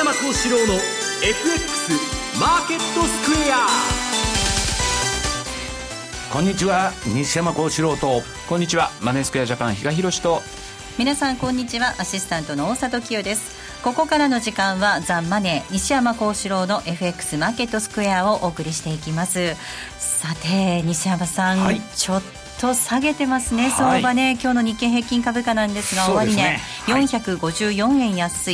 山幸四郎の FX マーケットスクエア。 こんにちは、西山幸四郎と。 こんにちは、マネースクエアジャパン比嘉宏と。 皆さんこんにちは、アシスタントの大里清です。ここからの時間はザ・マネー西山幸四郎の FX マーケットスクエアをお送りしていきます。さて西山さん、ちょっと下げてますね、相場ね。今日の日経平均株価なんですが、終値、454円安い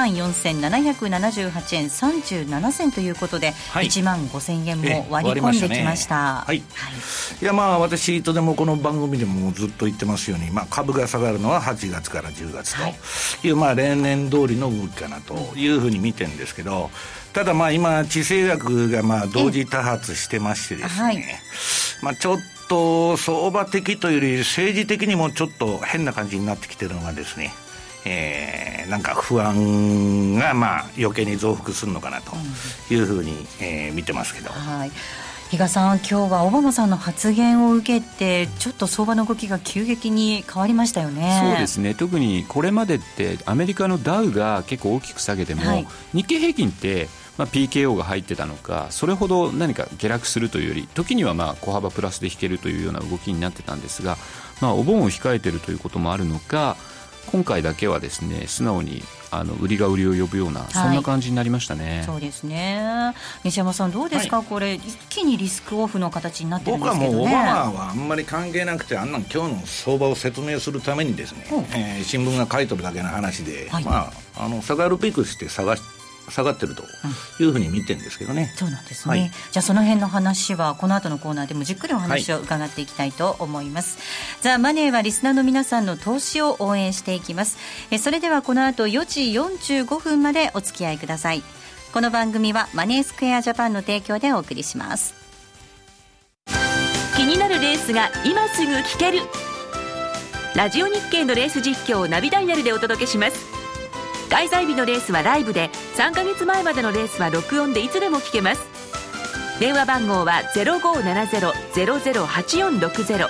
14,778 円37銭ということで、15,000円も割り込んできました。 いや、私とでもこの番組でもずっと言ってますように、株が下がるのは8月から10月という、例年通りの動きかなというふうに見てるんですけど、ただ今地政学が同時多発してましてですね、ちょっと相場的というより政治的にもちょっと変な感じになってきてるのがですね、なんか不安が余計に増幅するのかなというふうに、見てますけど、 比嘉さん、今日はオバマさんの発言を受けてちょっと相場の動きが急激に変わりましたよね。 そうですね、特にこれまでってアメリカのダウが結構大きく下げても、日経平均ってPKO が入ってたのか、それほど何か下落するというより、時には小幅プラスで引けるというような動きになってたんですが、お盆を控えているということもあるのか、今回だけはですね、素直に売りが売りを呼ぶような、そんな感じになりましたね。 そうですね。西山さんどうですか、これ一気にリスクオフの形になってるんですけどね。 僕はもうオバマはあんまり関係なくて、今日の相場を説明するためにですね、新聞が書いてるだけの話で、下がるピークして下がってるというふうに見てるんですけどね。 そうなんですね、じゃあその辺の話はこの後のコーナーでもじっくりお話を伺っていきたいと思います。ザ・マネーはリスナーの皆さんの投資を応援していきます。それではこの後4時45分までお付き合いください。この番組はマネースクエアジャパンの提供でお送りします。 気になるレースが今すぐ聞けるラジオ日経のレース実況をナビダイヤルでお届けします。開催日のレースはライブで、3ヶ月前までのレースは録音でいつでも聞けます。電話番号は 0570-008460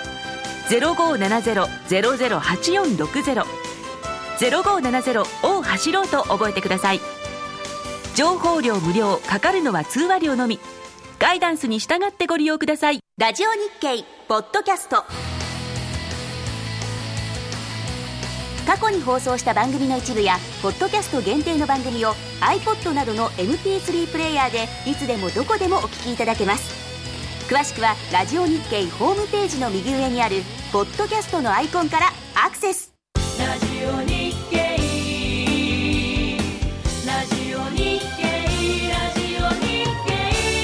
0570-008460 0570を走ろうと覚えてください。情報料無料、かかるのは通話料のみ。ガイダンスに従ってご利用ください。ラジオ日経ポッドキャスト、過去に放送した番組の一部やポッドキャスト限定の番組を iPod などの MP3 プレイヤーでいつでもどこでもお聞きいただけます。詳しくはラジオ日経ホームページの右上にあるポッドキャストのアイコンからアクセス。ラジオ日経、ラジオ日経、ラジオ日経。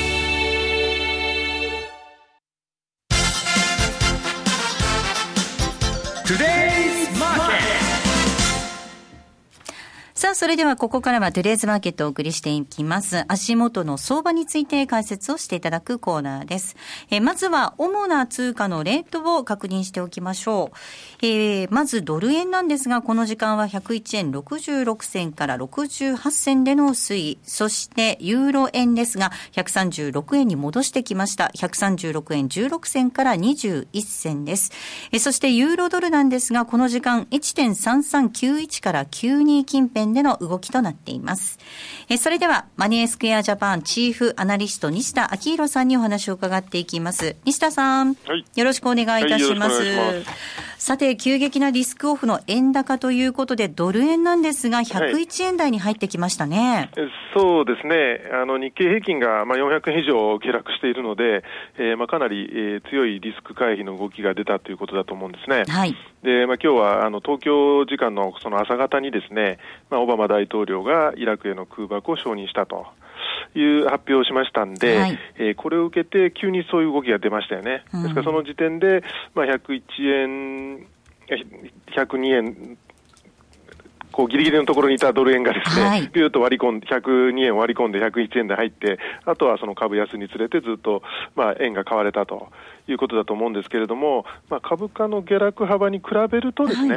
さあ、それではここからはトゥデイズマーケットをお送りしていきます。足元の相場について解説をしていただくコーナーです。まずは主な通貨のレートを確認しておきましょう。まずドル円なんですが、この時間は101円66銭から68銭での推移。そしてユーロ円ですが、136円に戻してきました。136円16銭から21銭です。そしてユーロドルなんですが、この時間 1.3391 から92近辺での動きとなっています。それではマネースクエアジャパンチーフアナリスト西田明宏さんにお話を伺っていきます。西田さん、よろしくお願いいたします。さて、急激なリスクオフの円高ということで、ドル円なんですが101円台に入ってきましたね。 そうですね、日経平均が400円以上下落しているので、かなり、強いリスク回避の動きが出たということだと思うんですね。で、今日は東京時間のその朝方にですね、オバマ大統領がイラクへの空爆を承認したという発表をしましたんで、これを受けて急にそういう動きが出ましたよね。ですからその時点で、101円、102円、ギリギリのところにいたドル円がですね、ビューッと割り込んで、102円割り込んで101円で入って、あとはその株安につれてずっと、円が買われたということだと思うんですけれども、株価の下落幅に比べるとですね、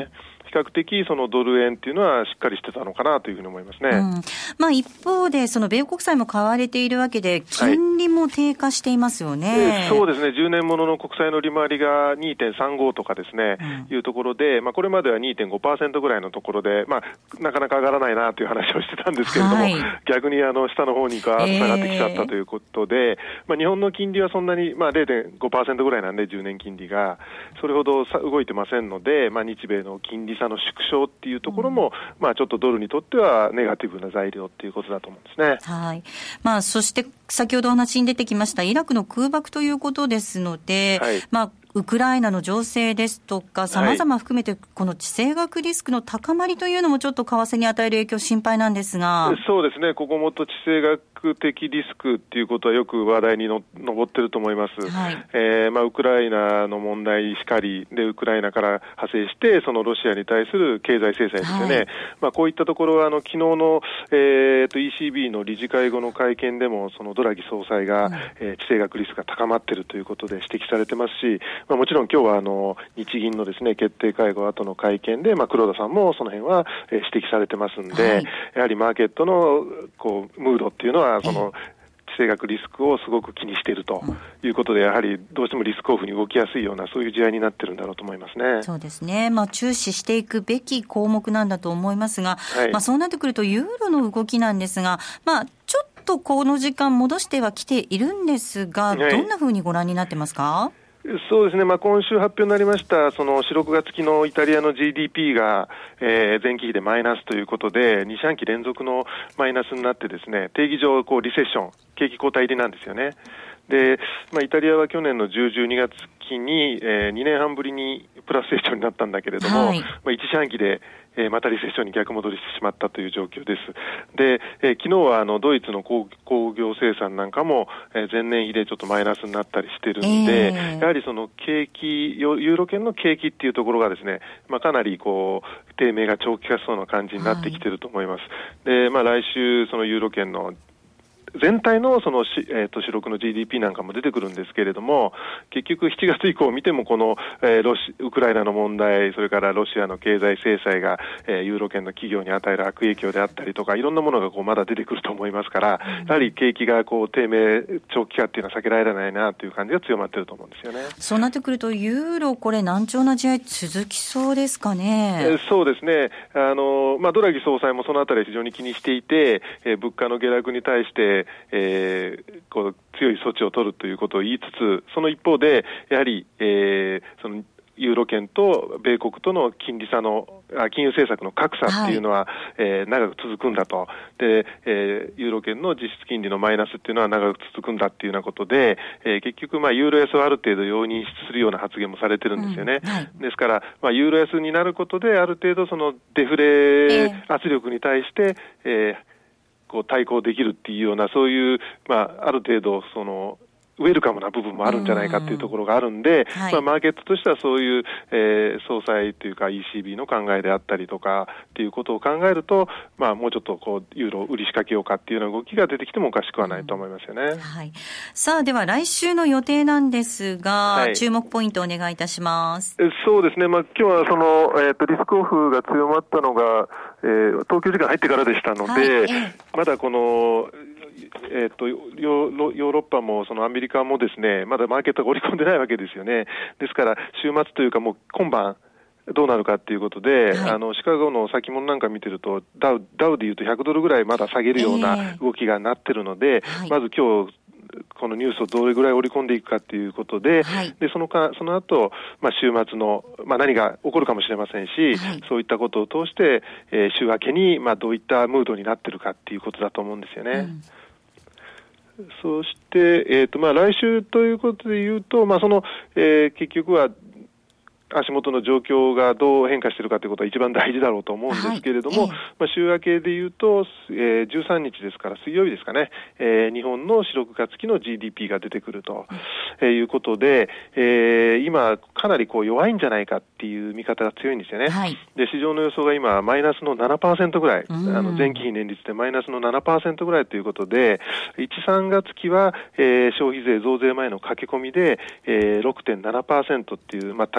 比較的そのドル円っていうのはしっかりしてたのかなというふうに思いますね。 まあ、一方でその米国債も買われているわけで金利も低下していますよね。 そうですね。10年ものの国債の利回りが 2.35 とかですね、いうところで、これまでは 2.5% ぐらいのところで、なかなか上がらないなという話をしてたんですけれども、逆に下の方にガーッと下がってきちゃったということで、日本の金利はそんなに、0.5% ぐらいなんで、10年金利がそれほど動いてませんので、日米の金利差の縮小っていうところも、ちょっとドルにとってはネガティブな材料っていうことだと思うんですね。 はい。そして先ほどお話に出てきましたイラクの空爆ということですので、ウクライナの情勢ですとか様々含めてこの地政学リスクの高まりというのもちょっと為替に与える影響心配なんですが。 そうですね。ここもと地政学的リスクっていうことはよく話題に上ってると思います。ウクライナの問題しかりでウクライナから派生してそのロシアに対する経済制裁ですよね。こういったところは昨日の、ECB の理事会後の会見でもそのドラギ総裁が、地政学リスクが高まっているということで指摘されてますし、もちろん今日は日銀のですね決定会合後の会見で、黒田さんもその辺は、指摘されてますんで、やはりマーケットのムードっていうのはその地政学リスクをすごく気にしているということで、やはりどうしてもリスクオフに動きやすいようなそういう時代になってるんだろうと思いますね。 そうですね。注視していくべき項目なんだと思いますが、そうなってくるとユーロの動きなんですが、ちょっとこの時間戻してはきているんですが、どんなふうにご覧になってますか？ そうですね。今週発表になりましたその4、6月期のイタリアの GDP が、前期比でマイナスということで2四半期連続のマイナスになってですね、定義上リセッション、景気後退入りなんですよね。で、イタリアは去年の10、12月期に、2年半ぶりにプラス成長になったんだけれども、1四半期でまたリセッションに逆戻りしてしまったという状況です。で、昨日はドイツの工業生産なんかも前年比でちょっとマイナスになったりしてるんで、やはりその景気、ユーロ圏の景気っていうところがですね、かなり低迷が長期化しそうな感じになってきてると思います。で、来週そのユーロ圏の全体のその四六の GDP なんかも出てくるんですけれども、結局7月以降見てもこの、ウクライナの問題、それからロシアの経済制裁が、ユーロ圏の企業に与える悪影響であったりとか、いろんなものがまだ出てくると思いますから、やはり景気が低迷長期化っていうのは避けられないなという感じが強まっていると思うんですよね。 そうなってくるとユーロこれ難聴な試合続きそうですかね。 そうですね。ドラギ総裁もそのあたり非常に気にしていて、物価の下落に対して強い措置を取るということを言いつつ、その一方でやはり、そのユーロ圏と米国との金融政策の格差っていうのは、長く続くんだと。で、ユーロ圏の実質金利のマイナスっていうのは長く続くんだっていうようなことで、結局ユーロ安をある程度容認するような発言もされてるんですよね。ですから、ユーロ安になることである程度そのデフレ圧力に対して、対抗できるっていうような、そういう、ある程度そのウェルカムな部分もあるんじゃないかっていうところがあるんで、マーケットとしてはそういう、総裁というか ECB の考えであったりとかっていうことを考えると、もうちょっとユーロを売り仕掛けようかっていうような動きが出てきてもおかしくはないと思いますよね。 さあでは来週の予定なんですが、注目ポイントお願いいたします。 そうですね。今日はその、リスクオフが強まったのが、東京時間入ってからでしたので、まだこのヨーロッパもそのアメリカもですね、まだマーケットが織り込んでないわけですよね。ですから週末というかもう今晩どうなるかということで、シカゴの先物なんか見てるとダウでいうと100ドルぐらいまだ下げるような動きがなってるので、まず今日このニュースをどれぐらい織り込んでいくかということで、でその後、週末の、何が起こるかもしれませんし、そういったことを通して、週明けに、どういったムードになっているかということだと思うんですよね。そして、来週ということで言うと、結局は足元の状況がどう変化しているかということが一番大事だろうと思うんですけれども、週明けで言うと、13日ですから水曜日ですかね、日本の4、6月期の GDP が出てくるということで、今かなり弱いんじゃないかっていう見方が強いんですよね。で、市場の予想が今マイナスの 7% ぐらい、前期比年率でマイナスの 7% ぐらいということで、1、3月期は、消費税増税前の駆け込みで、6.7% っていう、高い成長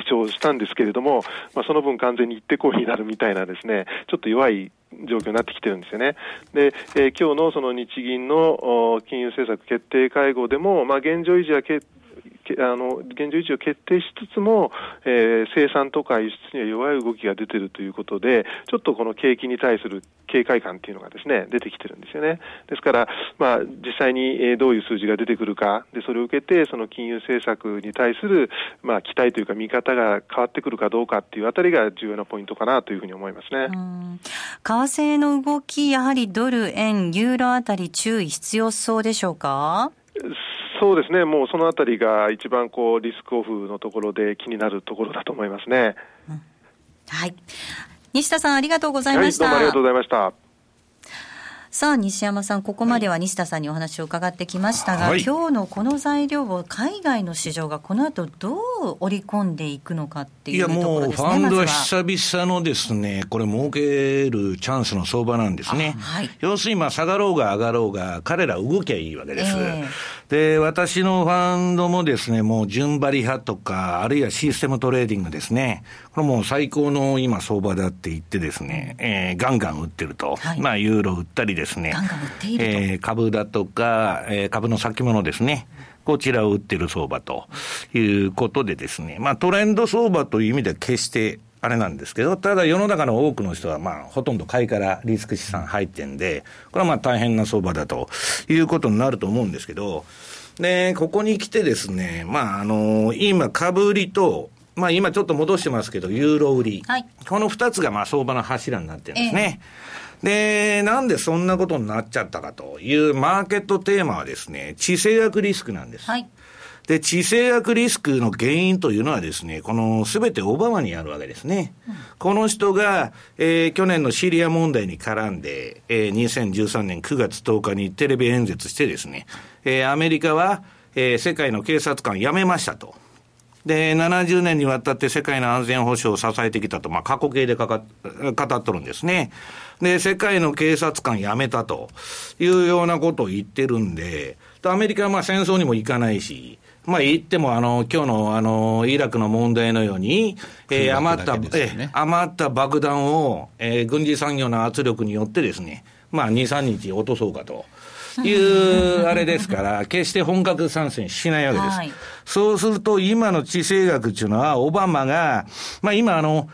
張したんですけれども、その分完全に一手こいになるみたいなですね、ちょっと弱い状況になってきてるんですよね。で、今日のその日銀の金融政策決定会合でも、現状維持は現状維持を決定しつつも、生産とか輸出には弱い動きが出ているということで、ちょっとこの景気に対する警戒感というのがですね、出てきてるんですよね。ですから、実際にどういう数字が出てくるか、で、それを受けて、その金融政策に対する、期待というか見方が変わってくるかどうかっていうあたりが重要なポイントかなというふうに思いますね。 為替の動き、やはりドル、円、ユーロあたり注意必要そうでしょうか？ そうですね、もうそのあたりが一番リスクオフのところで気になるところだと思いますね。 はい。西田さんありがとうございました。 はい、どうもありがとうございました。 さあ西山さん、ここまでは西田さんにお話を伺ってきましたが、今日のこの材料を海外の市場がこの後どう織り込んでいくのかっていうところですね。 ファンドは久々のですね、これ儲けるチャンスの相場なんですね。要するに下がろうが上がろうが彼ら動きゃいいわけです。で、私のファンドもですね、もう順張り派とか、あるいはシステムトレーディングですね。これもう最高の今相場だって言ってですね、ガンガン売ってると。ユーロ売ったりですね、株だとか、株の先物ですね、こちらを売ってる相場ということでですね、トレンド相場という意味では決してあれなんですけど、ただ世の中の多くの人はほとんど買いからリスク資産入ってんで、これは大変な相場だということになると思うんですけど、でここに来てですね、今株売りと今ちょっと戻してますけどユーロ売り、この2つが相場の柱になってるんですね。で、なんでそんなことになっちゃったかというマーケットテーマはですね、地政学リスクなんです。で、地政学リスクの原因というのはですね、このすべてオバマにあるわけですね。この人が、去年のシリア問題に絡んで、2013年9月10日にテレビ演説してですね、アメリカは、世界の警察官を辞めましたと。で、70年にわたって世界の安全保障を支えてきたと、過去形で語っとるんですね。で、世界の警察官辞めたというようなことを言ってるんで、アメリカは戦争にも行かないし、言っても今日のイラクの問題のように、余った爆弾を、軍事産業の圧力によってですね、2、3日落とそうかと。いうあれですから決して本格参戦しないわけです、そうすると今の地政学っていうのはオバマが今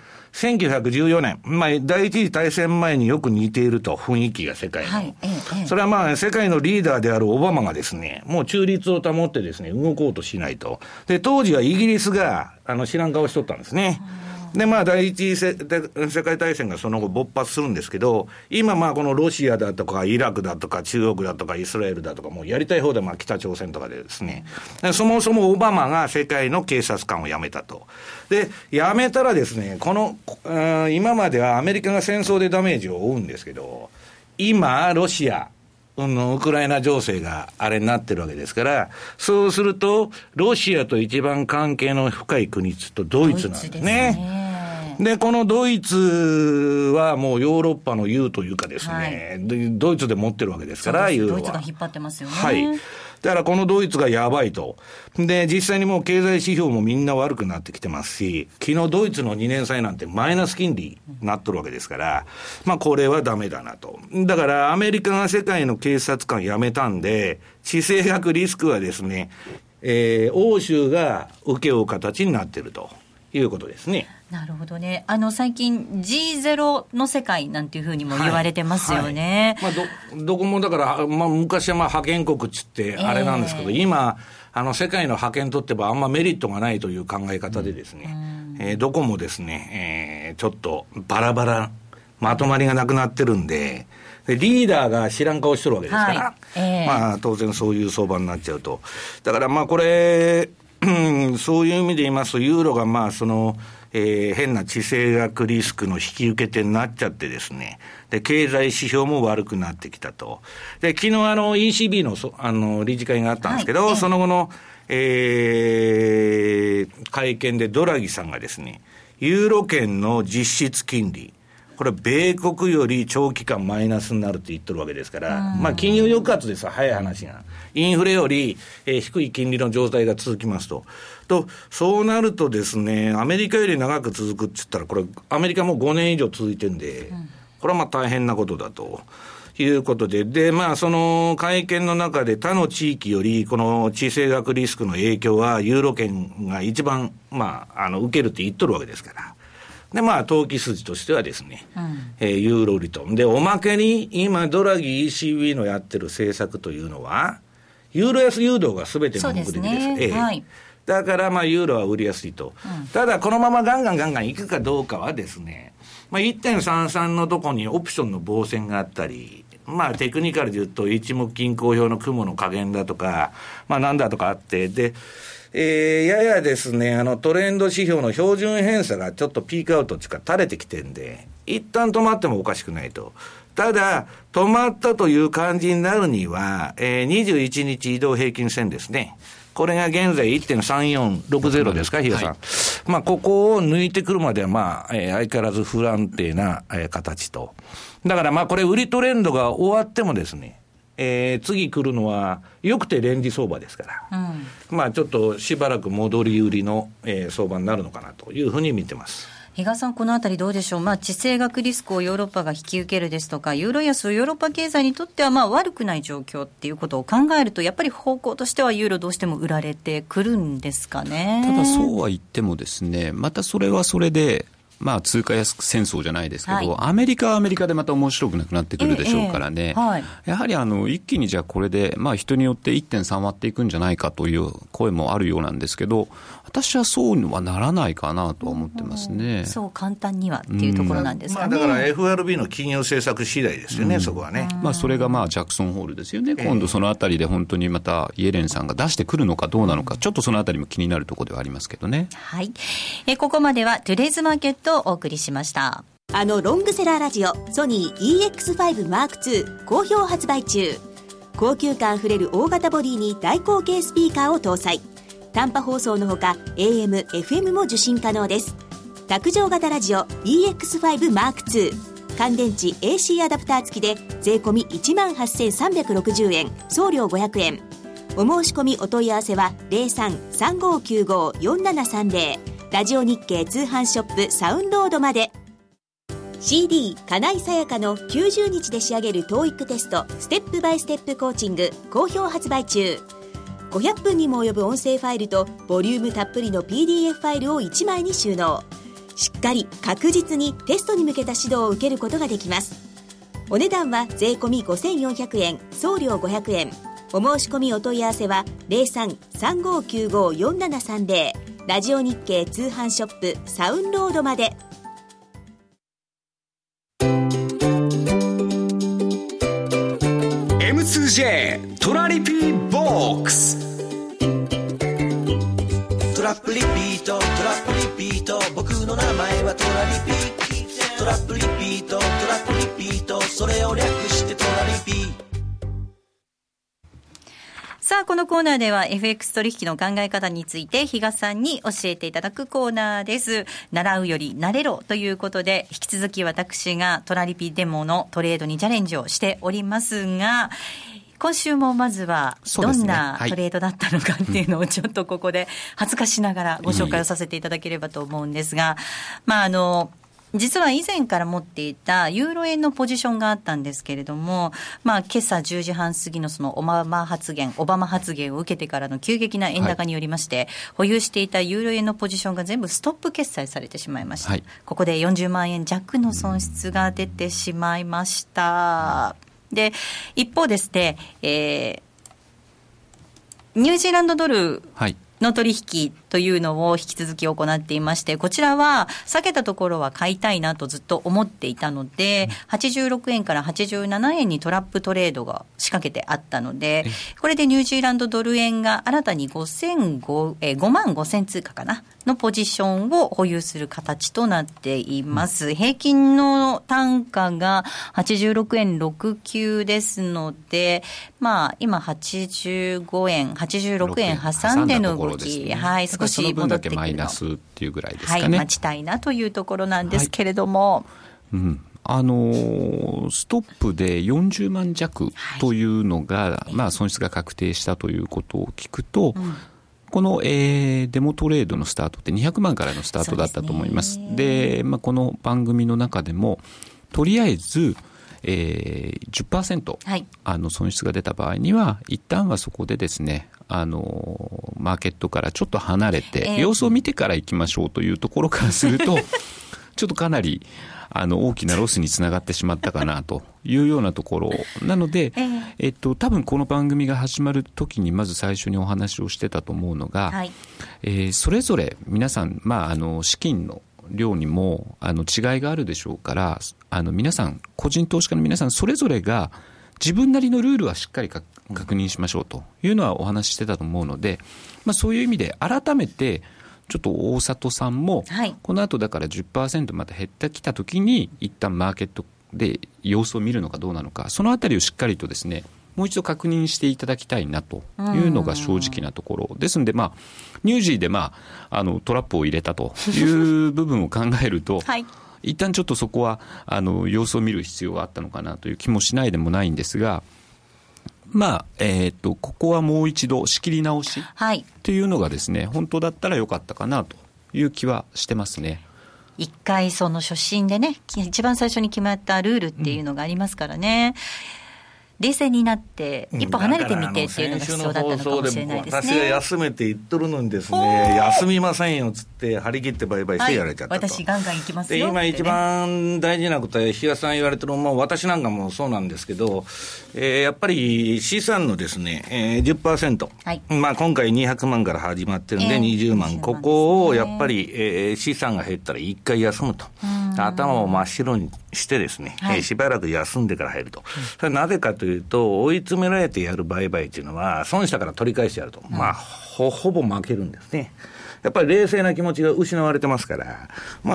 1914年、第一次大戦前によく似ていると、雰囲気が世界の、それは世界のリーダーであるオバマがですね、もう中立を保ってですね動こうとしないと。で、当時はイギリスが知らん顔しとったんですね。で、第一次世界大戦がその後勃発するんですけど、今このロシアだとかイラクだとか中国だとかイスラエルだとかもうやりたい方で北朝鮮とかでですね、そもそもオバマが世界の警察官を辞めたと。で、辞めたらですね、今まではアメリカが戦争でダメージを負うんですけど、今ロシアウクライナ情勢があれになってるわけですから、そうするとロシアと一番関係の深い国とドイツなんですね。で、このドイツはもうヨーロッパの優というかですね、ドイツで持ってるわけですから、ユーロは。 ドイツが引っ張ってますよね。 だからこのドイツがやばいと。で、実際にもう経済指標もみんな悪くなってきてますし、昨日ドイツの2年債なんてマイナス金利になっとるわけですから、これはダメだなと。だからアメリカが世界の警察官辞めたんで、地政学リスクはですね、欧州が請け負う形になっているということですね。 なるほどね。最近 G0 の世界なんていうふうにも言われてますよね。 どこもだから、昔は覇権国っつってあれなんですけど、今世界の覇権取ってばあんまメリットがないという考え方でですね、どこもですね、ちょっとバラバラまとまりがなくなってるんで、リーダーが知らん顔してるわけですから、当然そういう相場になっちゃうと。だからこれそういう意味で言いますと、ユーロが変な地政学リスクの引き受け手になっちゃってですね、で経済指標も悪くなってきたと。で、昨日ECB の理事会があったんですけど、その後の、会見でドラギさんがですね、ユーロ圏の実質金利、 これ米国より長期間マイナスになるって言ってるわけですから、まあ金融抑圧です。早い話がインフレより、低い金利の状態が続きますとそうなるとですね、アメリカより長く続くって言ったら、これアメリカも5年以上続いてるんで、これはまあ大変なことだということで、まあその会見の中で他の地域よりこの地政学リスクの影響はユーロ圏が一番まあ受けるって言っとるわけですから。でまあ投機筋としてはですね、ユーロ売りと。でおまけに今ドラギ ECB のやってる政策というのはユーロ安誘導が全ての目的です。そうですね、はい。だからまあユーロは売りやすいと、ただこのままガンガンいくかどうかはですね、まあ、1.33 のとこにオプションの棒線があったり、まあテクニカルで言うと一目均衡表の雲の加減だとか、まあなんだとかあって、でややですね、トレンド指標の標準偏差がちょっとピークアウトっていうか垂れてきてんで、一旦止まってもおかしくないと。ただ、止まったという感じになるには、21日移動平均線ですね。これが現在 1.3460 ですか、比嘉さん。はい、まあ、ここを抜いてくるまでは、まあ、相変わらず不安定な、形と。だから、まあ、これ、売りトレンドが終わってもですね、次来るのはよくてレンジ相場ですから、まあちょっとしばらく戻り売りの、相場になるのかなというふうに見てます。 比嘉さん、このあたりどうでしょう。まあ地政学リスクをヨーロッパが引き受けるですとか、ユーロ安をヨーロッパ経済にとってはまあ悪くない状況っていうことを考えると、やっぱり方向としてはユーロどうしても売られてくるんですかね。 ただそうは言ってもですね、またそれはそれでまあ、通貨安戦争じゃないですけど、はい、アメリカはアメリカでまた面白くなくなってくるでしょうからね、はい、やはり一気にじゃあこれで、まあ、人によって 1.3 割っていくんじゃないかという声もあるようなんですけど、私はそうはならないかなとは思ってますね。 そう簡単にはっていうところなんですかね。 まあ、だから FRB の金融政策次第ですよね、そこはね。 まあ、それがまあジャクソンホールですよね。今度そのあたりで本当にまたイエレンさんが出してくるのかどうなのか、ちょっとそのあたりも気になるところではありますけどね。 はい。ここまではトゥデイズマーケットをお送りしました。 ロングセラーラジオソニー EX5 M2 好評発売中。高級感あふれる大型ボディに大口径スピーカーを搭載。短波放送のほか AM、FM も受信可能です。卓上型ラジオ EX5 M2 乾電池 AC アダプター付きで税込 18,360 円、送料500円。お申し込みお問い合わせは 03-3595-4730 ラジオ日経通販ショップサウンロードまで。 CD 金井さやかの90日で仕上げる TOEIC テストステップバイステップコーチング好評発売中。500分にも及ぶ音声ファイルとボリュームたっぷりの PDF ファイルを1枚に収納。しっかり確実にテストに向けた指導を受けることができます。お値段は税込 5,400 円、送料500円。お申し込みお問い合わせは 03-3595-4730 ラジオ日経通販ショップサウンロードまで。 M2J トラリピーボックス。 トラップリピートトラップリピート、僕の名前はトラリピ。トラップリピートトラップリピート、それを略してトラリピ。 さあ、このコーナーでは FX 取引の考え方について比嘉さんに教えていただくコーナーです。習うより慣れろということで、引き続き私がトラリピデモのトレードにチャレンジをしておりますが、今週もまずはどんなトレードだったのかっていうのをちょっとここで恥ずかしながらご紹介をさせていただければと思うんですが、まあ実は以前から持っていたユーロ円のポジションがあったんですけれども、まあ今朝10時半過ぎのそのオバマ発言を受けてからの急激な円高によりまして、保有していたユーロ円のポジションが全部ストップ決済されてしまいました。ここで40万円弱の損失が出てしまいました。で、一方ですね、ニュージーランドドルの取引というのを引き続き行っていまして、こちらは避けたところは買いたいなとずっと思っていたので、86円から87円にトラップトレードが仕掛けてあったので、これでニュージーランドドル円が新たに5万5000通貨かなのポジションを保有する形となっています。平均の単価が86円69ですので、まあ今86円挟んでの動き、はい、少し戻ってくるの、 マイナスっていうぐらいですかね。 はい、待ちたいなというところなんですけれども、 はい、 ストップで40万弱というのが、損失が確定したということを聞くと、この、デモトレードのスタートって200万からのスタートだったと思います。で、この番組の中でもとりあえず、10%、損失が出た場合には一旦はそこでですね、マーケットからちょっと離れて、様子を見てから行きましょうというところからするとちょっとかなり大きなロスにつながってしまったかなというようなところなので、多分この番組が始まる時にまず最初にお話をしてたと思うのが、それぞれ皆さん、資金の量にも違いがあるでしょうから、皆さん個人投資家の皆さんそれぞれが自分なりのルールはしっかり確認しましょうというのはお話ししてたと思うので、そういう意味で改めてちょっと大里さんも、この後だから 10% また減ってきたときに一旦マーケットで様子を見るのかどうなのか、そのあたりをしっかりとですね、もう一度確認していただきたいなというのが正直なところですので、ニュージーでトラップを入れたという部分を考えると、一旦ちょっとそこは様子を見る必要があったのかなという気もしないでもないんですが、ここはもう一度仕切り直しというのがですね、本当だったらよかったかなという気はしてますね。 一回その初心でね、一番最初に決まったルールっていうのがありますからね、冷静になって一歩離れてみてっていうのが必要だったのかもしれないですね。 私が休めて言っとるのにですね、休みませんよつって張り切って売買してやられちゃったと、 私ガンガン行きますよって、 今一番大事なことは比嘉さん言われてるのも、私なんかもそうなんですけど、やっぱり資産のですね、10%、今回200万から始まってるんで20万、ここをやっぱり、資産が減ったら一回休むと、頭を真っ白にしてですね、しばらく休んでから入ると。それはなぜかというと、追い詰められてやる売買というのは損したから取り返してやると、ほぼ負けるんですね。やっぱり冷静な気持ちが失われてますから、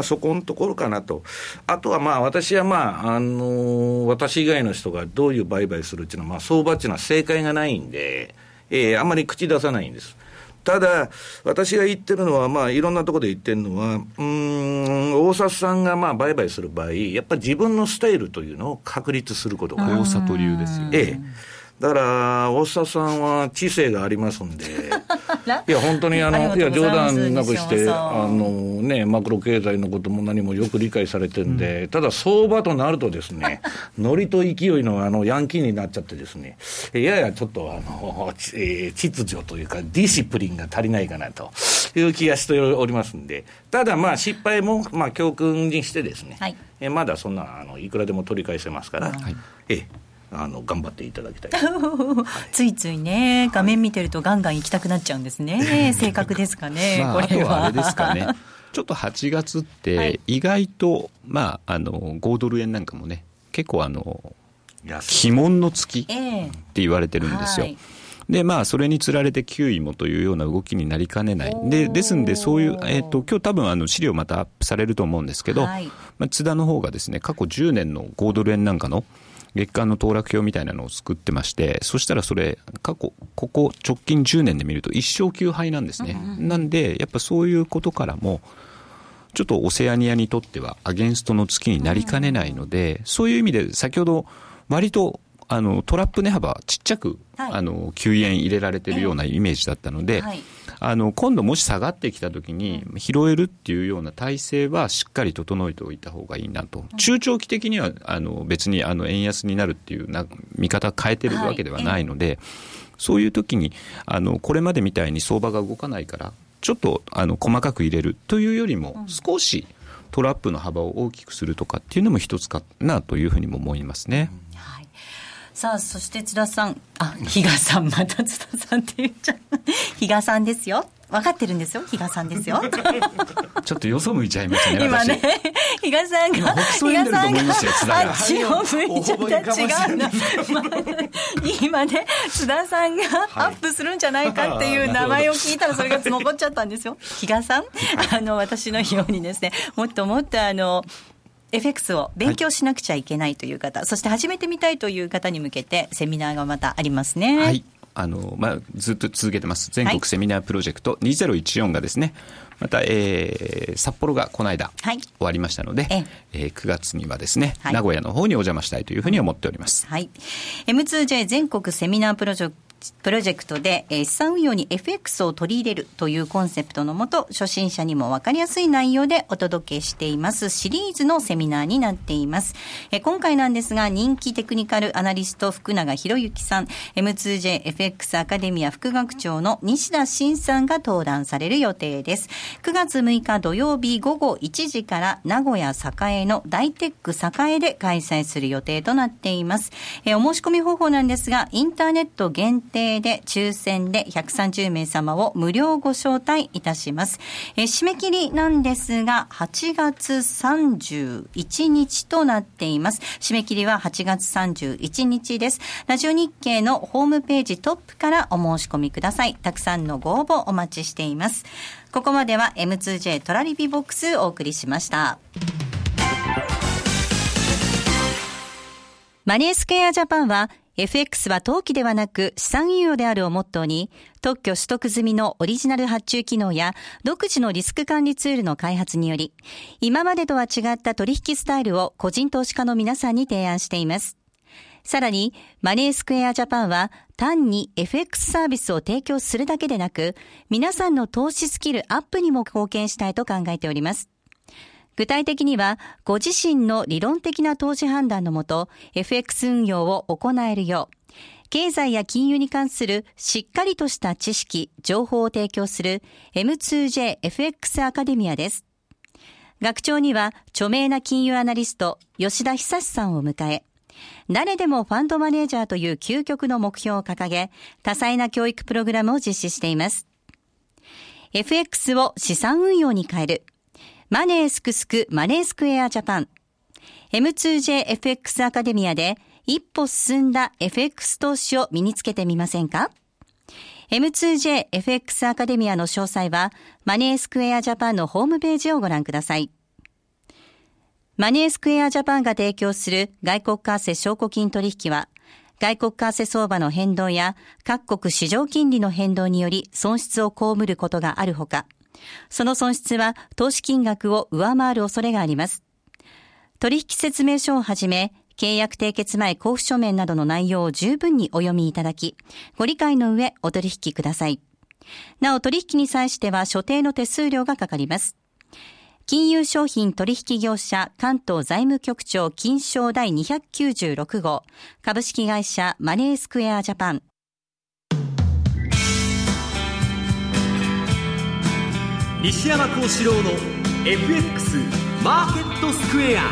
そこのところかなと。あとは私は私以外の人がどういう売買するっていうのは、相場っていうのは正解がないんで、あんまり口出さないんです。ただ私が言ってるのは、いろんなところで言ってるのは、大里さんが売買する場合、やっぱり自分のスタイルというのを確立することが大里流ですよね。 だから大里さんは知性がありますんでいや本当にいや冗談なくしてマクロ経済のことも何もよく理解されてるんで、ただ相場となるとですねノリと勢いのヤンキーになっちゃってですね、ややちょっと秩序というかディシプリンが足りないかなという気がしておりますんで、ただ失敗も教訓にしてですね、まだそんないくらでも取り返せますから、頑張っていただきたいついついね、画面見てるとガンガン行きたくなっちゃうんですね。性格ですかね、これは。 あとはあれですかねちょっと8月って意外と、5ドル円なんかもね、結構鬼門の月って言われてるんですよ。でそれにつられて9位もというような動きになりかねない。ですんでそういう、今日多分資料またアップされると思うんですけど、津田の方がですね、過去10年の5ドル円なんかの月間の騰落表みたいなのを作ってまして、そしたらそれここ直近10年で見ると1勝9敗なんですね。なんでやっぱそういうことからもちょっとオセアニアにとってはアゲンストの月になりかねないので、そういう意味で先ほど割とトラップ値幅ちっちゃく、9円入れられてるようなイメージだったので、今度もし下がってきたときに拾えるっていうような体制はしっかり整えておいた方がいいなと。中長期的には別に円安になるっていう見方を変えてるわけではないので、そういう時にこれまでみたいに相場が動かないからちょっと細かく入れるというよりも、少しトラップの幅を大きくするとかっていうのも一つかなというふうにも思いますね。 さあ、そして津田さん、比嘉さん、また津田さんって言っちゃう比嘉さんですよ。分かってるんですよ、比嘉さんですよちょっとよそ向いちゃいますね。 今ね、比嘉さんが比嘉さんがあっちを向いちゃった違うな今ね、津田さんがアップするんじゃないかっていう名前を聞いたらそれが残っちゃったんですよ。比嘉さん、私のようにですね、もっともっとFX を勉強しなくちゃいけないという方、そして始めてみたいという方に向けてセミナーがまたありますね。 ずっと続けてます全国セミナープロジェクト2014がですね、また、札幌がこの間、終わりましたので、9月にはですね、名古屋の方にお邪魔したいというふうに思っております。 M2J 全国セミナープロジェクトで、資産運用に FX を取り入れるというコンセプトのもと、初心者にも分かりやすい内容でお届けしていますシリーズのセミナーになっています。今回なんですが、人気テクニカルアナリスト福永博之さん、 M2JFX アカデミア副学長の西田真さんが登壇される予定です。9月6日土曜日午後1時から名古屋栄の大テック栄で開催する予定となっています。お申し込み方法なんですが、インターネット限定で抽選で130名様を無料ご招待いたします。締め切りなんですが8月31日となっています。締め切りは8月31日です。ラジオ日経のホームページトップからお申し込みください。たくさんのご応募お待ちしています。ここまでは M2J トラリピボックスお送りしました。マネースクエアジャパンはFX は投機ではなく資産運用であるをモットーに、特許取得済みのオリジナル発注機能や独自のリスク管理ツールの開発により、今までとは違った取引スタイルを個人投資家の皆さんに提案しています。さらに、マネースクエアジャパンは単に FX サービスを提供するだけでなく、皆さんの投資スキルアップにも貢献したいと考えております。具体的には、ご自身の理論的な投資判断のもと、FX 運用を行えるよう、経済や金融に関するしっかりとした知識、情報を提供する M2JFX アカデミアです。学長には、著名な金融アナリスト、吉田久さんを迎え、誰でもファンドマネージャーという究極の目標を掲げ、多彩な教育プログラムを実施しています。FX を資産運用に変える。マネースクスクマネースクエアジャパン M2JFX アカデミアで一歩進んだ FX 投資を身につけてみませんか？ M2JFX アカデミアの詳細はマネースクエアジャパンのホームページをご覧ください。マネースクエアジャパンが提供する外国為替証拠金取引は、外国為替相場の変動や各国市場金利の変動により損失を被ることがあるほか、その損失は投資金額を上回る恐れがあります。取引説明書をはじめ、契約締結前交付書面などの内容を十分にお読みいただき、ご理解の上お取引ください。なお取引に際しては所定の手数料がかかります。金融商品取引業者関東財務局長金商第296号株式会社マネースクエアジャパン。 西山幸四郎の FX マーケットスクエア。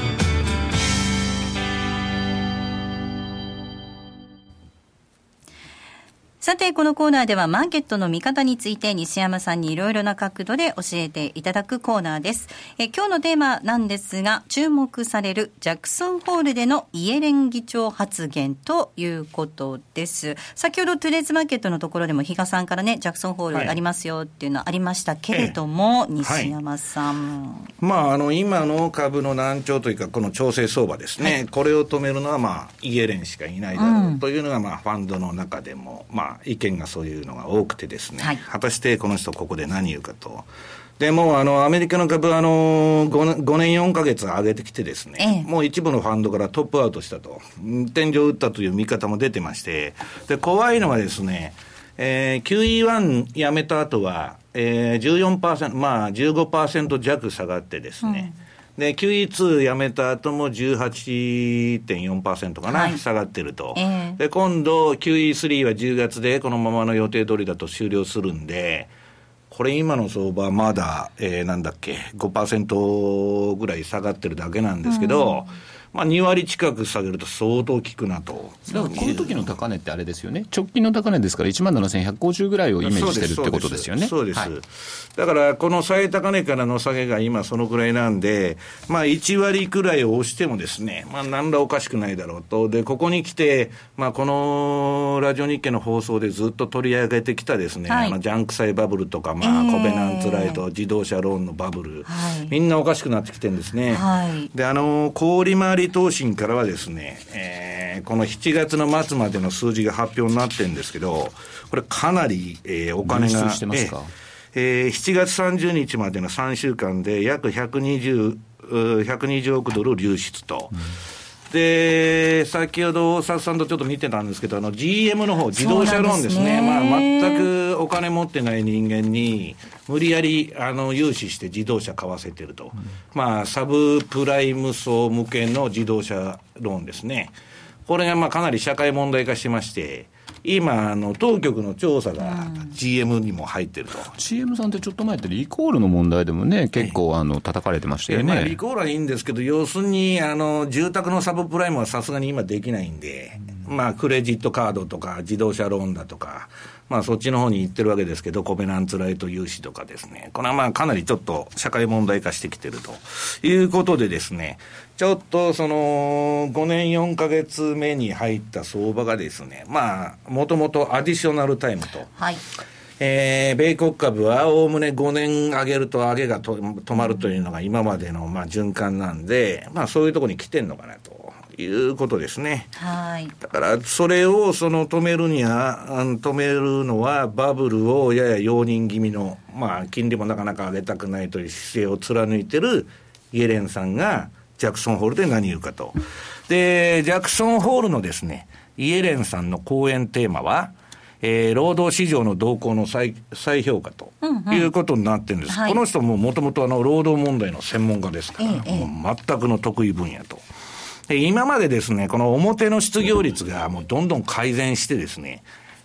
さて、このコーナーではマーケットの見方について西山さんにいろいろな角度で教えていただくコーナーです。今日のテーマなんですが、注目されるジャクソンホールでのイエレン議長発言ということです。先ほどトゥデイズマーケットのところでも比嘉さんからね、ジャクソンホールありますよっていうのはありましたけれども、西山さん、 今の株の難聴というかこの調整相場ですね、これを止めるのはイエレンしかいないだろうというのがファンドの中でも意見がそういうのが多くてですね、果たしてこの人ここで何言うかと。でもアメリカの株5年4ヶ月上げてきてですね、もう一部のファンドからトップアウトしたと、天井打ったという見方も出てまして、で怖いのはですね、QE1 やめた後は、14%、15% 弱下がってですね、で QE2 やめた後も 18.4% かな、下がってると、で今度 QE3 は10月でこのままの予定通りだと終了するんで、これ今の相場まだ、5% ぐらい下がってるだけなんですけど、2割近く下げると相当効くなと。 だからこの時の高値ってあれですよね、直近の高値ですから 17,150 ぐらいをイメージしてるってことですよね。 そうです、だからこの最高値からの下げが今そのぐらいなんで、1割くらいを押してもですね、何らおかしくないだろうと。でここに来て、このラジオ日経の放送でずっと取り上げてきたですね、ジャンク債バブルとか、コベナンツライト、自動車ローンのバブル、みんなおかしくなってきてるんですね。で小売回り利投信からはですね、この7月の末までの数字が発表になってるんですけど、これかなり、お金が、 してますか 7月30日までの3週間で約120億ドル流出と。で、先ほど大沢さんとちょっと見てたんですけど、GM の方、自動車ローンですね。全くお金持ってない人間に、無理やり、融資して自動車買わせてると。サブプライム層向けの自動車ローンですね。これがかなり社会問題化してまして、今当局の調査が GM にも入ってると。 GM さんってちょっと前ってリコールの問題でもね、結構叩かれてましたよね。 リコールはいいんですけど、要するに住宅のサブプライムはさすがに今できないんで、クレジットカードとか自動車ローンだとか、そっちの方に行ってるわけですけど、コベナンツライト融資とかですね、これはかなりちょっと社会問題化してきてるということでですね、ちょっと5年4ヶ月目に入った相場がですね、もともとアディショナルタイムと、はい、米国株はおおむね5年上げると上げが止まるというのが今までの循環なんで、そういうところに来てんのかなということですね。はい。だからそれを止めるのはバブルをやや容認気味の、金利もなかなか上げたくないという姿勢を貫いてるイエレンさんがジャクソンホールで何言うかと。で、ジャクソンホールのですね、イエレンさんの講演テーマは、労働市場の動向の再評価ということになってるんです。はい、この人ももともと労働問題の専門家ですから、もう全くの得意分野と。で、今までですね、この表の失業率がもうどんどん改善してですね、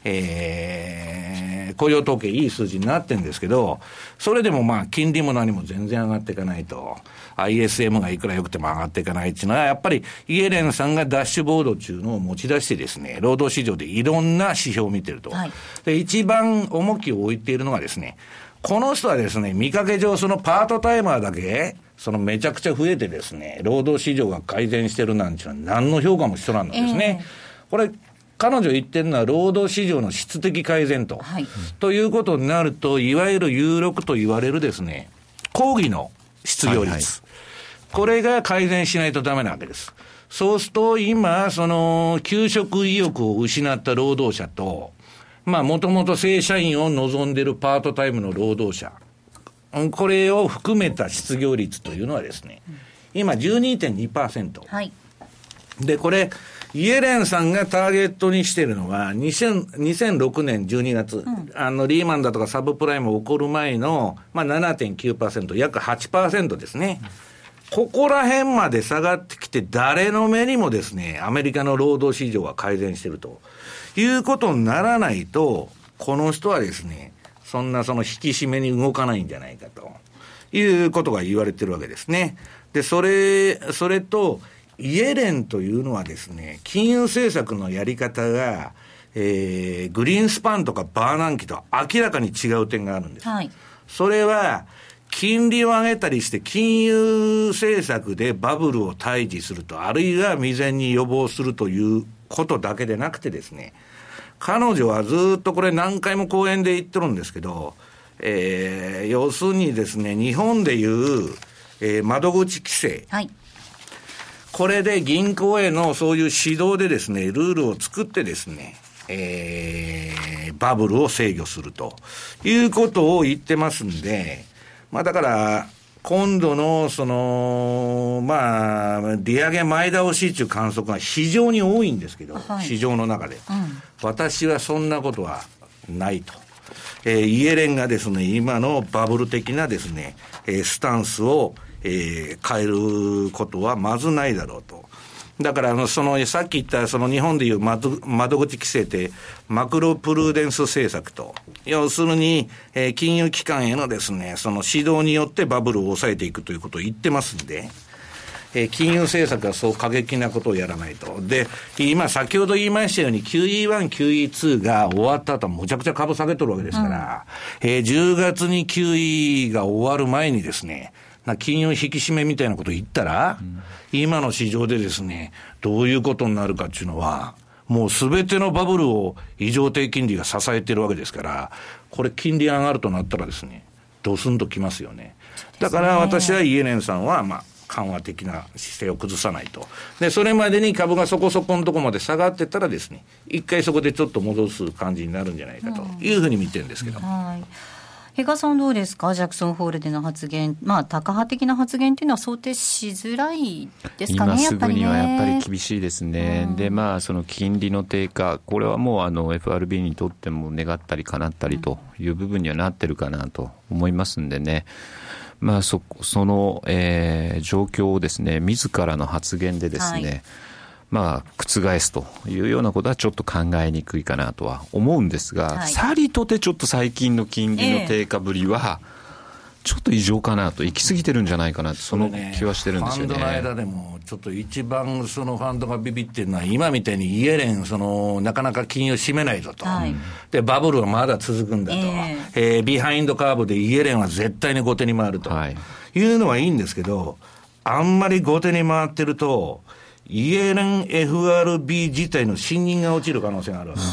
雇用統計いい数字になってるんですけど、それでも金利も何も全然上がっていかないと、ISM がいくら良くても上がっていかないっていうのは、やっぱりイエレンさんがダッシュボード中のを持ち出してですね、労働市場でいろんな指標を見てると。はい、で、一番重きを置いているのがですね、この人はですね、見かけ上パートタイマーだけ、めちゃくちゃ増えてですね、労働市場が改善してるなんていうのは何の評価もしとらんのですね。これ、彼女言ってるのは労働市場の質的改善と。はい、ということになると、いわゆる有力と言われるですね、講義の失業率。はいはい、これが改善しないとダメなわけです。そうすると、今、求職意欲を失った労働者と、もともと正社員を望んでいるパートタイムの労働者。これを含めた失業率というのはですね、今 12.2%。はい。で、これ、イエレンさんがターゲットにしているのは、2006年12月、リーマンだとかサブプライム起こる前の、7.9%、約 8% ですね。ここら辺まで下がってきて、誰の目にもですね、アメリカの労働市場は改善しているということにならないと、この人はですね、そんな引き締めに動かないんじゃないかということが言われてるわけですね。で、それと、イエレンというのはですね、金融政策のやり方が、グリーンスパンとかバーナンキと明らかに違う点があるんです。はい、それは、金利を上げたりして金融政策でバブルを退治すると、あるいは未然に予防するということだけでなくてですね、彼女はずっとこれ何回も講演で言ってるんですけど、要するにですね、日本でいう、窓口規制。はい、これで銀行へのそういう指導でですね、ルールを作ってですね、バブルを制御するということを言ってますんで、だから、今度の、利上げ前倒しという観測が非常に多いんですけど、はい、市場の中で、私はそんなことはないと。イエレンがですね、今のバブル的なですね、スタンスを、変えることはまずないだろうと。だからさっき言った日本でいう窓口規制ってマクロプルーデンス政策と、要するに、金融機関へのですね、指導によってバブルを抑えていくということを言ってますんで、金融政策はそう過激なことをやらないと。で、今先ほど言いましたように QE1、QE2 が終わった後はむちゃくちゃ株下げとるわけですから、10月に QE が終わる前にですね、金融引き締めみたいなことを言ったら、今の市場でですね、どういうことになるかっていうのは、もうすべてのバブルを異常低金利が支えているわけですから、これ金利上がるとなったらですね、ドスンときますよね。だから私はイエレンさんは、 緩和的な姿勢を崩さないと。で、それまでに株がそこそこのところまで下がってたらですね、一回そこでちょっと戻す感じになるんじゃないかというふうに見てるんですけど。 はい。比嘉さんどうですか、ジャクソンホールでの発言、タカ派的な発言というのは想定しづらいですかね。 今すぐにはやっぱり厳しいですね。で、その金利の低下、これはもうFRB にとっても願ったり叶ったりという部分にはなってるかなと思いますんでね。その、状況をですね、自らの発言でですね、覆すというようなことはちょっと考えにくいかなとは思うんですが、さりとてちょっと最近の金利の低下ぶりはちょっと異常かなと、行き過ぎてるんじゃないかなと、その気はしてるんですよね。 ファンドの間でもちょっと一番そのファンドがビビってるのは、今みたいにイエレンなかなか金を締めないぞと、でバブルはまだ続くんだと、ビハインドカーブでイエレンは絶対に後手に回ると、いうのはいいんですけど、あんまり後手に回ってるとイエレン FRB 自体の信任が落ちる可能性があるわけです。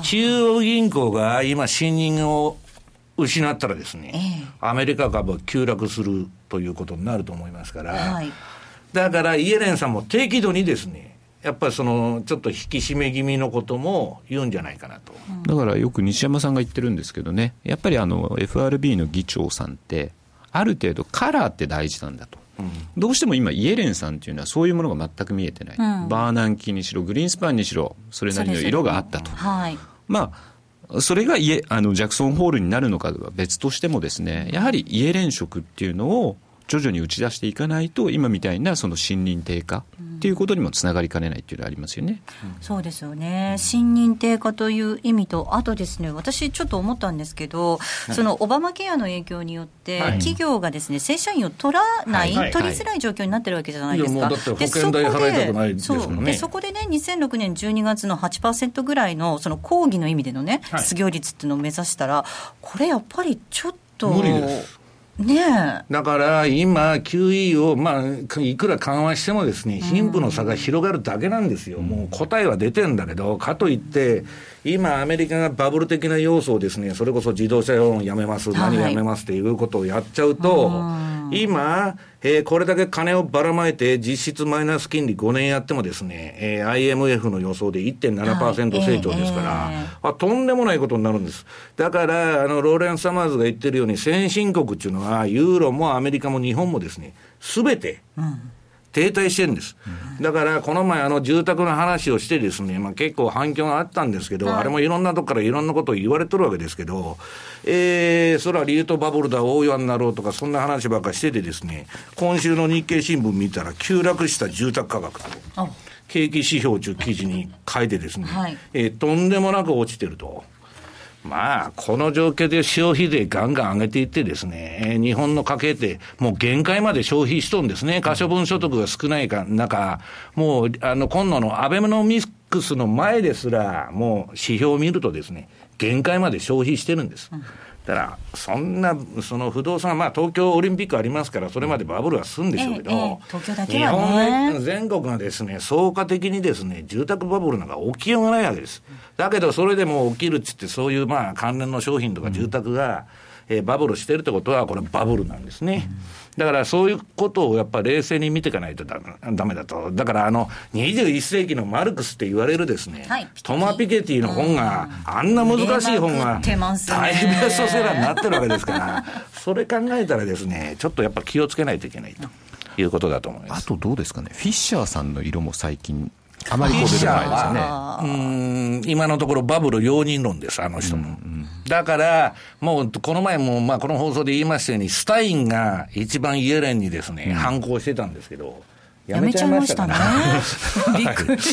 中央銀行が今信任を失ったらですね、アメリカ株は急落するということになると思いますから、だからイエレンさんも適度にですね、やっぱりちょっと引き締め気味のことも言うんじゃないかなと。 だからよく西山さんが言ってるんですけどね、やっぱりFRB の議長さんってある程度カラーって大事なんだと。どうしても今イエレンさんっていうのはそういうものが全く見えてない、バーナンキにしろグリーンスパンにしろそれなりの色があったと、それがジャクソンホールになるのかは別としてもですね、やはりイエレン色っていうのを徐々に打ち出していかないと、今みたいなその信任低下っていうことにもつながりかねないっていうのがありますよね。 そうですよね。信任低下という意味と、あとですね、私ちょっと思ったんですけど、そのオバマケアの影響によって、企業がですね、正社員を取らない、取りづらい状況になってるわけじゃないですか。 いやもうだって保険代払いたくないですもんね。 そこでね、2006年12月の 8% ぐらいのその抗議の意味でのね、失業率っていうのを目指したら、これやっぱりちょっと無理です。だから今 QE をいくら緩和してもですね、貧富の差が広がるだけなんですよ。もう答えは出てるんだけど、かといって今アメリカがバブル的な要素をですね、それこそ自動車ローンやめます、何やめますっていうことをやっちゃうと、今これだけ金をばらまいて実質マイナス金利5年やってもですね、IMF の予想で 1.7% 成長ですから、とんでもないことになるんです。だからローレンス・サマーズが言ってるように、先進国っていうのはユーロもアメリカも日本もですね、すべて停滞してるんです。だからこの前住宅の話をしてですね、結構反響があったんですけど、あれもいろんなとこからいろんなことを言われてるわけですけど、それはリートバブルだ、大岩になろうとか、そんな話ばっかりしててですね、今週の日経新聞見たら急落した住宅価格と景気指標という記事に書いてですね、とんでもなく落ちてると。この状況で消費税ガンガン上げていってですね、日本の家計ってもう限界まで消費しとんですね。可処分所得が少ない中、もう今度のアベノミクスの前ですら、もう指標を見るとですね、限界まで消費してるんです。だからその不動産、東京オリンピックありますから、それまでバブルは済んでしょうけど、 東京だけはね、 日本全国がですね、総括的にですね、住宅バブルなんか起きようがないわけです。だけどそれでも起きるっつって、そういう関連の商品とか住宅が、バブルしてるってことは、これバブルなんですね。だからそういうことをやっぱり冷静に見ていかないとダメだと。だから21世紀のマルクスって言われるですね、トマ・ピケティの本が、あんな難しい本が大ベストセラーになってるわけですから、それ考えたらですね、ちょっとやっぱ気をつけないといけないということだと思います。 あとどうですかね、フィッシャーさんの色も最近あまり出てないですよね。 今のところバブル容認論です、あの人も。だからもうこの前もこの放送で言いましたように、スタインが一番イエレンにですね、反抗してたんですけど、やめちゃいましたね。びっくり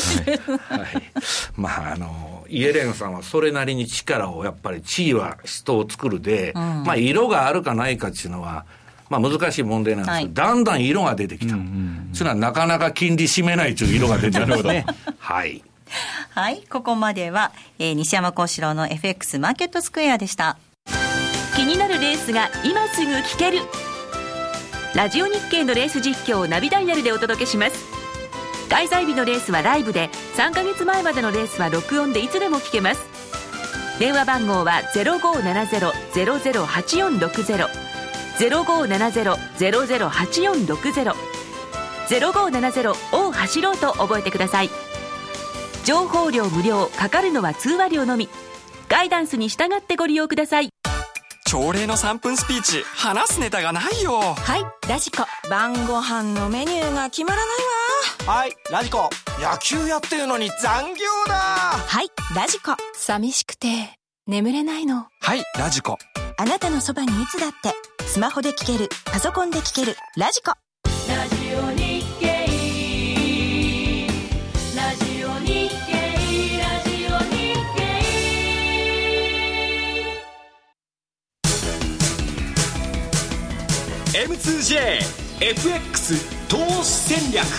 イエレンさんはそれなりに力を、やっぱり地位は人を作るで、色があるかないかっていうのは難しい問題なんですけど、だんだん色が出てきた。それはなかなか金利締めないという色が出てるんですね。はい。 はい、ここまでは、西山幸四郎の FX マーケットスクエアでした。 気になるレースが今すぐ聞ける。ラジオ日経のレース実況をナビダイヤルでお届けします。開催日のレースはライブで、3ヶ月前までのレースは録音でいつでも聞けます。電話番号は 0570-008460 0570-008460 0570を走ろうと覚えてください。情報料無料、かかるのは通話料のみ。ガイダンスに従ってご利用ください。 朝礼の3分スピーチ、話すネタがないよ。 はい、ラジコ。晩ご飯のメニューが決まらないわ。はい、ラジコ。野球やってるのに残業だ。 はい、ラジコ。寂しくて眠れないの。 はい、ラジコ。 あなたのそばにいつだって、スマホで聞ける、パソコンで聞ける、ラジコ。 ラジオ日経、ラジオ日経、ラジオ日経。 M2J FX 投資戦略。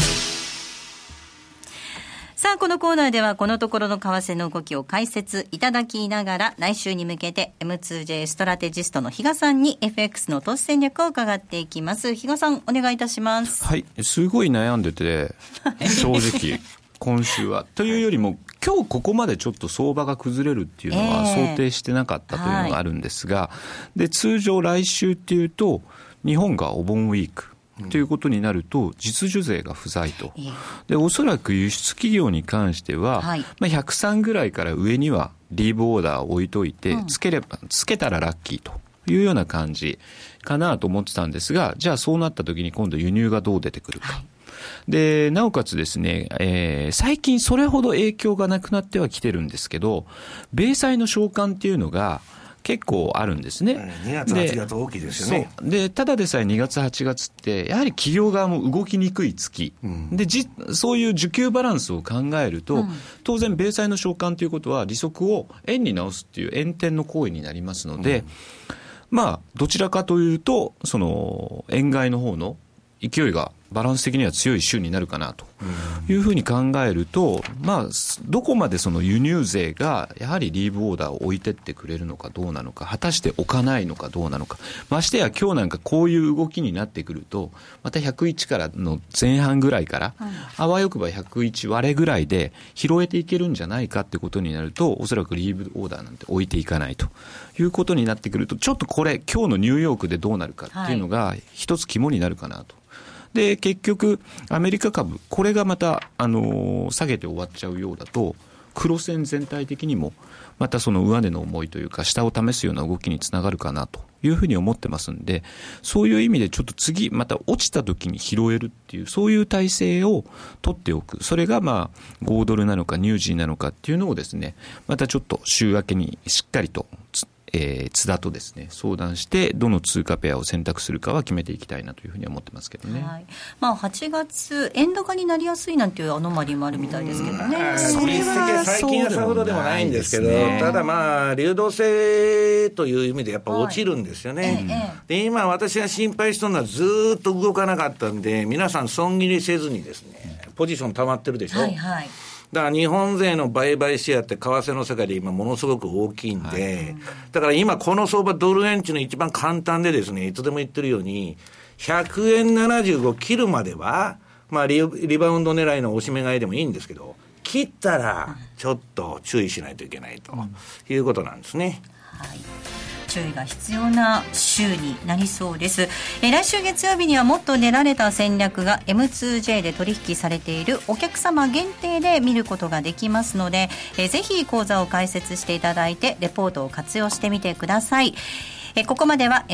さあ、このコーナーではこのところの為替の動きを解説いただきながら、来週に向けて M2J ストラテジストの比嘉さんに FX の投資戦略を伺っていきます。比嘉さん、お願いいたします。 はい、すごい悩んでて正直今週はというよりも、今日ここまでちょっと相場が崩れるっていうのは想定してなかったというのがあるんですが、で通常来週っていうと日本がお盆ウィークということになると実需税が不在と、でおそらく輸出企業に関しては、103ぐらいから上にはリーブオーダーを置いといて、つけたらラッキーというような感じかなと思ってたんですが、じゃあそうなった時に今度輸入がどう出てくるか、でなおかつですね、最近それほど影響がなくなってはきてるんですけど、米債の償還っていうのが結構あるんですね。 2月8月大きいですよね。 そうで、ただでさえ2月8月ってやはり企業側も動きにくい月、でそういう需給バランスを考えると、当然米債の償還ということは利息を円に直すっていう円転の行為になりますので、まあどちらかというとその円買いの方の勢いがバランス的には強い週になるかなというふうに考えると、まあどこまでその輸入税がやはりリーブオーダーを置いてってくれるのかどうなのか、果たして置かないのかどうなのか、ましてや今日なんかこういう動きになってくると、また101からの前半ぐらいから、あわよくば101割れぐらいで拾えていけるんじゃないかってことになると、おそらくリーブオーダーなんて置いていかないということになってくると、ちょっとこれ今日のニューヨークでどうなるかっていうのが一つ肝になるかなと。で結局アメリカ株これがまた、下げて終わっちゃうようだと、黒線全体的にもまたその上値の思いというか下を試すような動きにつながるかなというふうに思ってますんで、そういう意味でちょっと次また落ちた時に拾えるっていう、そういう体制を取っておく。それがまあ5ドルなのかニュージーなのかっていうのをですね、またちょっと週明けにしっかりと津田とですね相談して、どの通貨ペアを選択するかは決めていきたいなというふうに思ってますけどね。 まあ、8月円高になりやすいなんていうアノマリーもあるみたいですけどね。 それは最近はさほどでもないんですけど、ただまあ流動性という意味でやっぱ落ちるんですよね。で今私が心配したのはずっと動かなかったんで、皆さん損切りせずにですねポジション溜まってるでしょ。だから日本勢の売買シェアって為替の世界で今ものすごく大きいんで、だから今この相場ドル円っていうの一番簡単でですね、いつでも言ってるように100円75切るまではまあリバウンド狙いの押し目買いでもいいんですけど、切ったらちょっと注意しないといけないということなんですね。 注意が必要な週になりそうです。来週月曜日にはもっと練られた戦略が M2J で取引されているお客様限定で見ることができますので、ぜひ講座を開設していただいてレポートを活用してみてください。ここまでは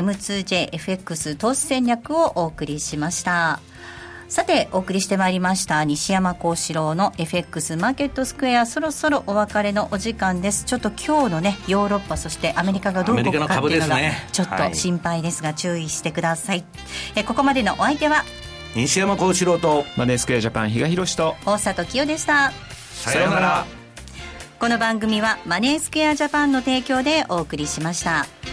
M2JFX 投資戦略をお送りしました。さてお送りしてまいりました西山幸四郎の FX マーケットスクエア、そろそろお別れのお時間です。ちょっと今日のねヨーロッパそしてアメリカがどう動くかっていうのがちょっと心配ですが注意してください。ここまでのお相手は西山幸四郎とマネースクエアジャパン比嘉宏と大里清でした。 さようなら。 この番組はマネースクエアジャパンの提供でお送りしました。